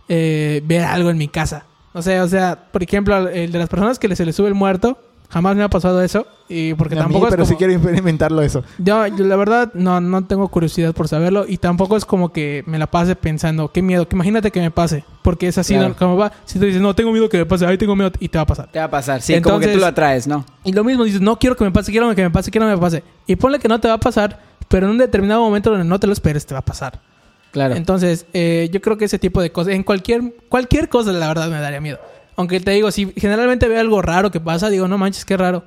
eh, ver algo en mi casa. O sea, o sea, por ejemplo, el de las personas que se les sube el muerto, jamás me ha pasado eso. Y porque A mí, tampoco es pero como... si quiero inventarlo eso. Yo, yo la verdad no, no tengo curiosidad por saberlo y tampoco es como que me la pase pensando, qué miedo, que imagínate que me pase, porque es así, Claro. ¿no? Como va, si tú dices, no, tengo miedo que me pase, ahí tengo miedo y te va a pasar. Te va a pasar, sí, como que Entonces- tú lo atraes, ¿no? Y lo mismo, dices, no quiero que me pase, quiero que me pase, quiero que me pase. Y ponle que no te va a pasar, pero en un determinado momento donde no te lo esperes, te va a pasar. Claro. Entonces, eh, yo creo que ese tipo de cosas, en cualquier, cualquier cosa, la verdad, me daría miedo. Aunque te digo, si generalmente veo algo raro que pasa, digo, no manches, qué raro.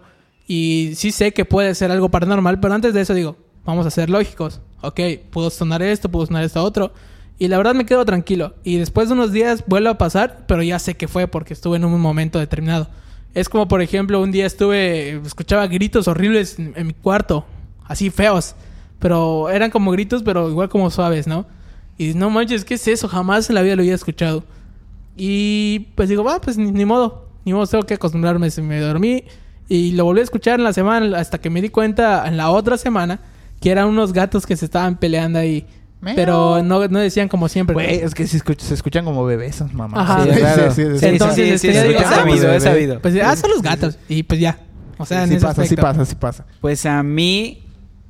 Y sí sé que puede ser algo paranormal, pero antes de eso digo, vamos a ser lógicos. Ok, puedo sonar esto, puedo sonar esto otro. Y la verdad me quedo tranquilo. Y después de unos días vuelve a pasar, pero ya sé que fue porque estuve en un momento determinado. Es como, por ejemplo, un día estuve, escuchaba gritos horribles en, en mi cuarto, así feos. Pero eran como gritos, pero igual como suaves, ¿no? Y no manches, ¿qué es eso? Jamás en la vida lo había escuchado. Y pues digo, va, pues ni, ni modo. Ni modo, tengo que acostumbrarme. Se me dormí y lo volví a escuchar en la semana hasta que me di cuenta en la otra semana que eran unos gatos que se estaban peleando ahí. Meow. Pero no, no decían como siempre. Güey, es que se, escuch- se escuchan como bebés esas mamás. Ajá. Sí, claro. sí, sí, Sí, Entonces, sí, sí, este, sí, ya es digo, sabido, ah, es sabido. Pues ah, son los gatos. Y pues ya. O sea, en sí ese pasa, sí aspecto. pasa, sí pasa. Pues a mí,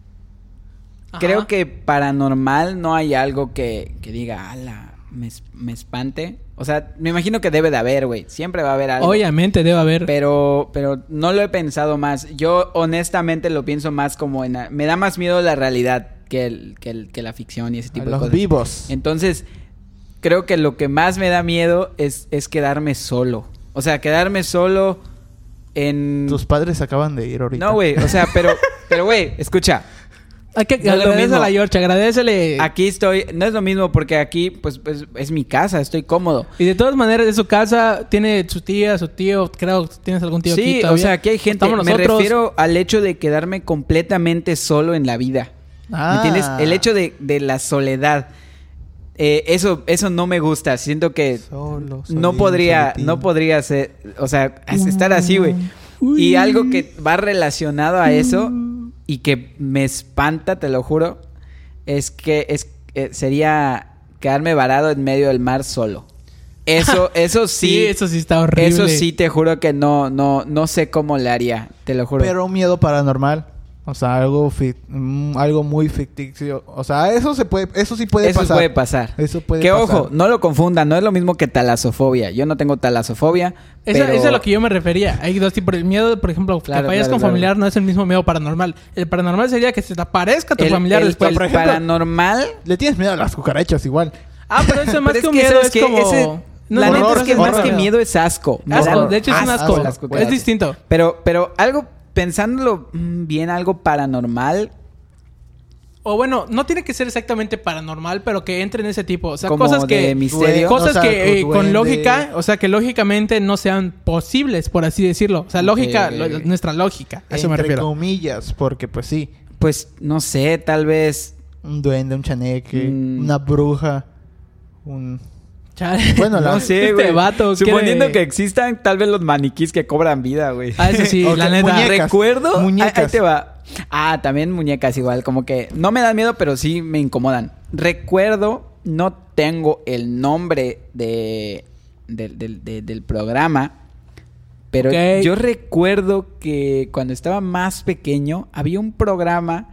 Ajá. creo que paranormal no hay algo que, que diga, ala, me, es- me espante. O sea, me imagino que debe de haber, güey. Siempre va a haber algo. Obviamente debe haber. Pero, pero no lo he pensado más. Yo honestamente lo pienso más como en... Me da más miedo la realidad que, el, que, el- que la ficción y ese A tipo de los cosas. vivos. Entonces, creo que lo que más me da miedo es, es quedarme solo. O sea, quedarme solo en... Tus padres acaban de ir ahorita. No, güey. O sea, pero... Pero, güey, escucha. Hay que no es lo agradecerle mismo. a la George, agradecele. Aquí estoy... No es lo mismo porque aquí, pues, pues es mi casa. Estoy cómodo. Y de todas maneras, de su casa, tiene su tía, su tío, creo que tienes algún tío aquí Sí, o todavía. sea, aquí hay gente... Estamos Me nosotros. refiero al hecho de quedarme completamente solo en la vida. Ah. ¿Me entiendes? El hecho de, de la soledad. Eh, eso, eso no me gusta. Siento que Solo, no solín, podría, solitín. no podría ser, o sea, es- estar así, güey. Y algo que va relacionado a eso y que me espanta, te lo juro, es que es eh, sería quedarme varado en medio del mar solo. Eso, eso sí, Sí, eso sí está horrible. eso sí te juro que no, no, no sé cómo le haría, te lo juro. Pero un miedo paranormal. O sea, algo fi- mm, algo muy ficticio. O sea, eso se puede, eso sí puede Eso pasar. puede pasar. Eso puede que pasar. ojo, no lo confundan, no es lo mismo que talasofobia. Yo no tengo talasofobia. Eso, pero... eso es a lo que yo me refería. Hay dos tipos. El miedo, por ejemplo, Claro, que fallas claro, con claro. familiar no es el mismo miedo paranormal. El paranormal sería que se te aparezca tu el, familiar el después. por ejemplo- paranormal. Le tienes miedo a las cucarachas igual. Ah, pero eso más Pero que un es que, miedo ¿sabes es qué? como... Ese- No, la no, neta no, es que es más horror. que miedo es asco. Asco, Horror. de hecho es un Asco, asco. las cucarachas. Es distinto. Pero, pero algo, pensándolo mm, bien, algo paranormal. O bueno, no tiene que ser exactamente paranormal, pero que entre en ese tipo. O sea, Como cosas que... de misterio. Cosas O sea, que eh, con duende. lógica, o sea, que lógicamente no sean posibles, por así decirlo. O sea, lógica, ok, lo- ok. nuestra lógica. A eso me Entre refiero. comillas, porque pues sí. Pues no sé, tal vez. Un duende, un chaneque, Mm. una bruja, un... Chale. Bueno, la- No sé, Este güey. vato Suponiendo quiere- que existan tal vez los maniquís que cobran vida, güey. Ah, eso sí, Ok, la neta. muñecas. Recuerdo. Muñecas. Ahí, ahí te va. Ah, también muñecas igual. Como que no me dan miedo, pero sí me incomodan. Recuerdo, no tengo el nombre de, del- del- de- del programa. Pero Ok. yo recuerdo que cuando estaba más pequeño había un programa.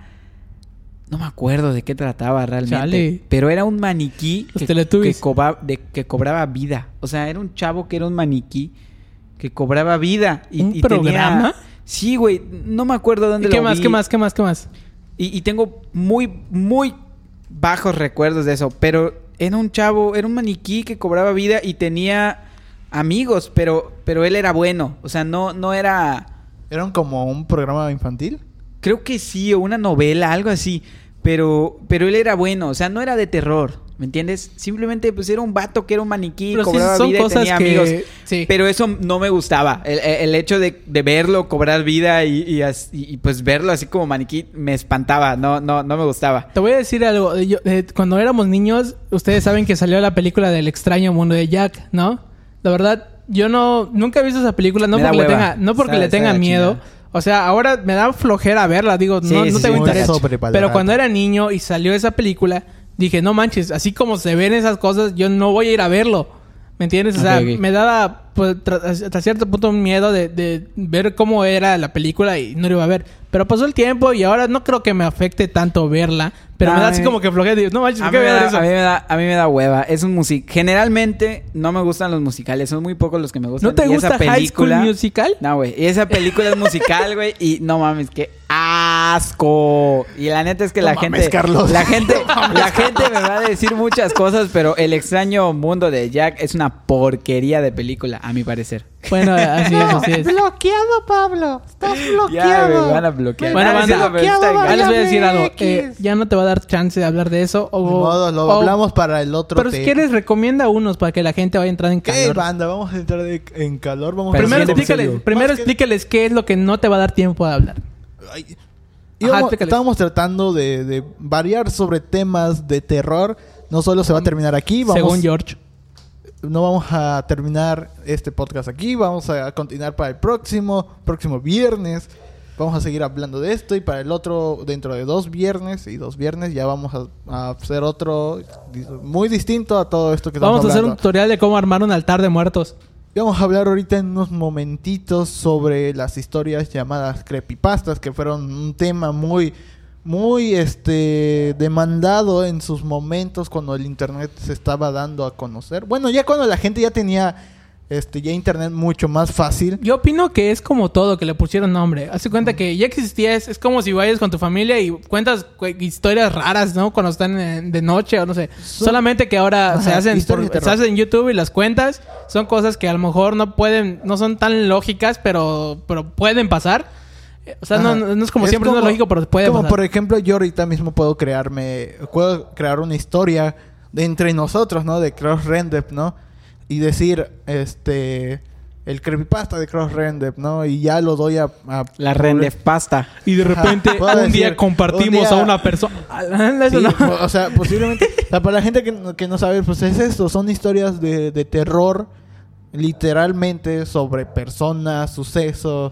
No me acuerdo de qué trataba realmente. Chale. Pero era un maniquí Los que, Teletubbies. que, coba- de- que cobraba vida. O sea, era un chavo que era un maniquí que cobraba vida. Y, ¿Un y programa? Tenía... Sí, güey. No me acuerdo dónde ¿Y qué lo más, vi. qué más, qué más, qué más? Y, y tengo muy, muy bajos recuerdos de eso. Pero era un chavo, era un maniquí que cobraba vida y tenía amigos. Pero, pero él era bueno. O sea, no, no era... ¿Eran como un programa infantil? Creo que sí, o una novela, algo así. Pero, pero él era bueno, o sea, no era de terror, ¿me entiendes? Simplemente pues era un vato que era un maniquí, Pero sí cobraba son vida y cosas tenía que- amigos. sí. Pero eso no me gustaba. El, el hecho de, de verlo cobrar vida y, y, as- y, y, pues verlo así como maniquí me espantaba, no, no, no me gustaba. Te voy a decir algo. Yo- eh, cuando éramos niños, ustedes saben que salió la película del extraño mundo de Jack, ¿no? La verdad, yo no... Nunca he visto esa película. No Me da porque, le hueva. tenga, no porque Está- le tenga está miedo. chingada. O sea, ahora me da flojera verla. Digo, Sí, no, sí, no sí, tengo muy interés. sobrevalorada. Pero cuando era niño y salió esa película, dije, no manches, así como se ven esas cosas, yo no voy a ir a verlo. ¿Me entiendes? O sea, Ok, ok. me daba pues, tra- hasta cierto punto un miedo de, de ver cómo era la película y no lo iba a ver. Pero pasó el tiempo y ahora no creo que me afecte tanto verla. Pero me da Ay. así como que flojera. Digo, no manches, A ¿por mí, qué me voy a ver da, eso? a, mí me da, a mí me da hueva. Es un music. Generalmente no me gustan los musicales. Son muy pocos los que me gustan. ¿No te Y esa gusta High School película- Musical? No, güey. Y esa película es musical, güey. Y no mames, qué asco. Y la neta es que No la mames, gente. Carlos. La gente. La gente me va a decir muchas cosas, pero El extraño mundo de Jack es una porquería de película, a mi parecer. Bueno, así es, así es. Bloqueado, Pablo. Estás Ya, me van a bloquear. Bueno, Ah, banda, sí, pero está bloqueado, Ya engañado. les voy a decir algo. X. Eh, ya no te va a dar chance de hablar de eso. O, Ni modo, lo o- hablamos para el otro Pero si tema. quieres, recomienda unos para que la gente vaya a entrar en ¿Qué calor. banda? Vamos a entrar de- en calor. Vamos Pero a Primero, sí, en explícales, serio. primero Más que- explícales qué es lo que no te va a dar tiempo de hablar. Ay, Ajá, íbamos- explícales. estábamos tratando de, de variar sobre temas de terror. No solo se va a terminar aquí. Vamos, Según George. No vamos a terminar este podcast aquí. Vamos a continuar para el próximo, próximo viernes. Vamos a seguir hablando de esto. Y para el otro, dentro de dos viernes y dos viernes, ya vamos a, a hacer otro dis- muy distinto a todo esto que estamos Vamos a hacer un hablando. tutorial de cómo armar un altar de muertos. Y vamos a hablar ahorita en unos momentitos sobre las historias llamadas creepypastas, que fueron un tema muy, muy este demandado en sus momentos cuando el internet se estaba dando a conocer. Bueno, ya cuando la gente ya tenía este ya internet mucho más fácil. Yo opino que es como todo, que le pusieron nombre. Hazte cuenta que ya existía, es, es como si vayas con tu familia y cuentas cu- historias raras, ¿no? Cuando están en- de noche o no sé. Son- Solamente que ahora Ajá, se hacen historias por- de se terror. hacen en YouTube y las cuentas son cosas que a lo mejor no pueden, no son tan lógicas, pero, pero pueden pasar. Eh, O sea, no, Ajá. no es como siempre no es lógico, pero puede Como pasar. por ejemplo, yo ahorita mismo puedo crearme, puedo crear una historia de entre nosotros, ¿no? De Cross Rendep, ¿no? Y decir, este, el creepypasta de Cross Rendep, ¿no? Y ya lo doy a... a La rende pasta. Y de repente Ajá, puedo un decir, día compartimos un día- a una persona. Eso Sí, no. po- o sea, posiblemente... o sea, para la gente que, no- que no sabe, pues es esto. Son historias de, de terror, literalmente, sobre personas, sucesos,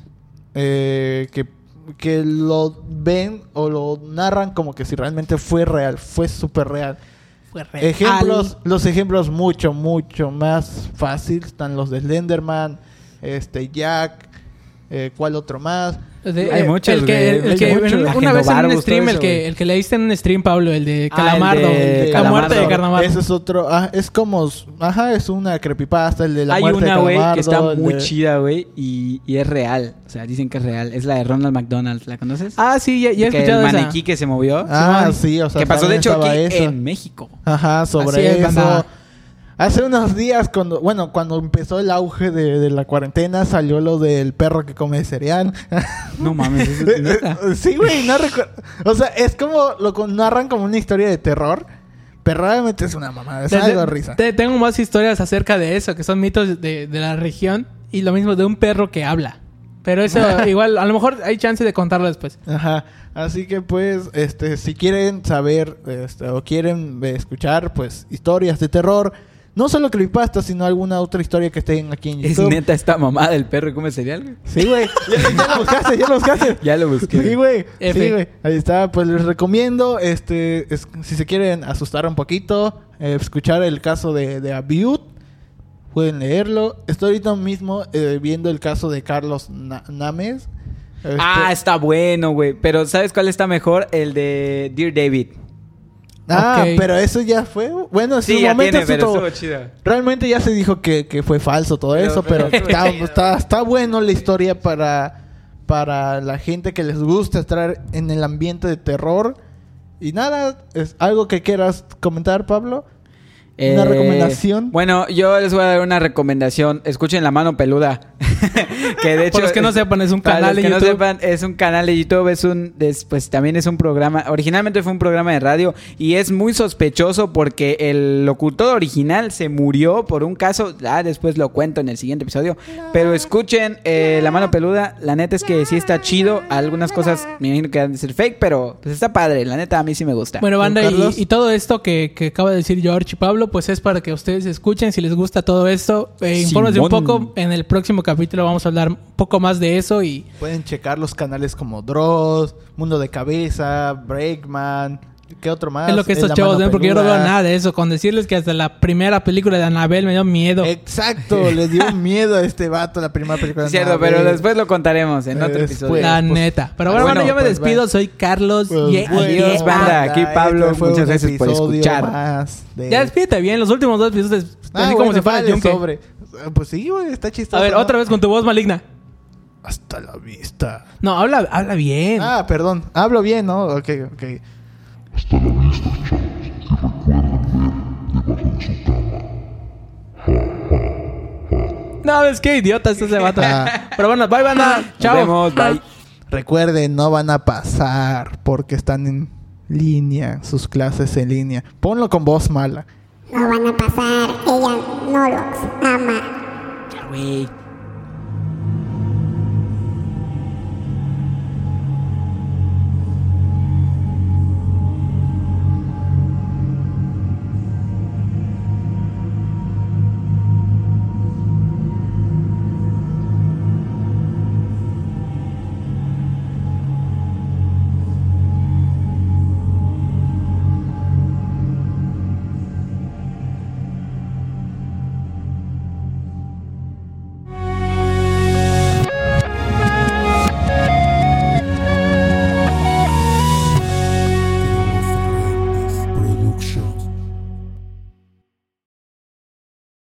eh, que, que lo ven o lo narran como que si realmente fue real, fue súper real. Fue real. Ejemplos, los ejemplos mucho, mucho más fácil están los de Slenderman, este, Jack, eh, ¿cuál otro más? De- Hay eh, muchos, el que, güey. el que Hay en- muchos. una vez en un Agendobarbus, stream, todo el eso, que, güey. el que leíste en un stream, Pablo, el de Ah, Calamardo. el de la Calamardo. muerte de Calamardo. Ese es otro, ah, es como, ajá, es una creepypasta, el de la Hay muerte una, de güey, Calamardo. que está el muy de- chida, güey, y, y es real. O sea, dicen que es real. Es la de Ronald McDonald. ¿La conoces? Ah, sí, ya, ya he Que escuchado el esa. maniquí que se movió. Ah, Simón. sí, o sea, que pasó, de también hecho, aquí estaba eso. en México. Ajá, sobre Así es, eso. banda. Hace unos días, cuando bueno, cuando empezó el auge de, de la cuarentena, salió lo del perro que come cereal. No mames, eso es neta. Sí, güey, no recuerdo. O sea, es como, lo con- narran como una historia de terror, pero realmente es una mamada, es Te- algo de risa. te- tengo más historias acerca de eso, que son mitos de, de la región. Y lo mismo de un perro que habla. Pero eso igual, a lo mejor hay chance de contarlo después. Ajá, así que pues, este, si quieren saber, este, o quieren eh, escuchar, pues, historias de terror, No solo creepypasta, sino alguna otra historia que estén aquí en Es YouTube. neta esta mamada del perro y come cereal, güey. Sí, güey. Ya, ya lo buscaste, ya lo buscaste. Ya lo busqué. Sí, güey. F. Sí, güey. Ahí está. Pues les recomiendo, este, es- si se quieren asustar un poquito, eh, escuchar el caso de, de Abiud. Pueden leerlo. Estoy ahorita mismo eh, viendo el caso de Carlos Na- Names. Este, Ah, está bueno, güey. Pero ¿sabes cuál está mejor? El de Dear David. ah, ok. pero eso ya fue. Bueno, en Sí, su ya momento tiene, pero estuvo- estuvo chida. realmente ya se dijo que, que fue falso todo Pero- eso, pero pero, estuvo está, chido. está, está bueno la historia para, para la gente que les gusta estar en el ambiente de terror. Y nada, es algo que quieras comentar, Pablo. ¿Una Eh, recomendación? Bueno, yo les voy a dar una recomendación. Escuchen La Mano Peluda. que de hecho, Por los que no sepan, es un para canal los de que YouTube. no sepan, es un canal de YouTube. Es un, es- pues también es un programa. Originalmente fue un programa de radio y es muy sospechoso porque el locutor original se murió por un caso. Ah, después lo cuento en el siguiente episodio. Pero escuchen eh, La Mano Peluda. La neta es que sí está chido. Algunas cosas me imagino que han de ser fake, pero pues está padre. La neta a mí sí me gusta. Bueno, banda, Carlos. y, y todo esto que, que acaba de decir George y Pablo, pues es para que ustedes escuchen. Si les gusta todo esto, eh, infórmense un Simón. poco. En el próximo capítulo vamos a hablar un poco más de eso. Y Pueden checar los canales como Dross, Mundo de Cabeza, Breakman. ¿Qué otro más? es lo que Eh, estos La chavos Mano ven, porque yo no Peluda. veo nada de eso. Con decirles que hasta la primera película de Annabelle me dio miedo. Exacto, le dio miedo a este vato la primera película. Es cierto, Annabelle. pero después lo contaremos en Eh, otro después. episodio. la pues, neta. Pero bueno, bueno, banda, yo me pues, despido. bueno. Soy Carlos. Pues, Yeah, bueno, adiós, banda. Aquí este Pablo, fue muchas un gracias por episodio escuchar. más de- Ya despídete bien. Los últimos dos episodios. Ah, así bueno, como si fuera vale, yunque. sobre. Pues sí, güey, está chistoso. A ver, ¿no? otra vez con tu voz maligna. Hasta la vista. No, habla, habla bien. Ah, perdón. Hablo bien, ¿no? Ok, ok. Hasta la vista, chavos. Y recuerden ver debajo de su cama. No, es que idiota este ese vato. Ah. Pero bueno, bye, banda. Nos Chao. vemos, bye. Recuerden, no van a pasar porque están en línea, sus clases en línea. Ponlo con voz mala. No van a pasar, ella no los ama. Ya, güey.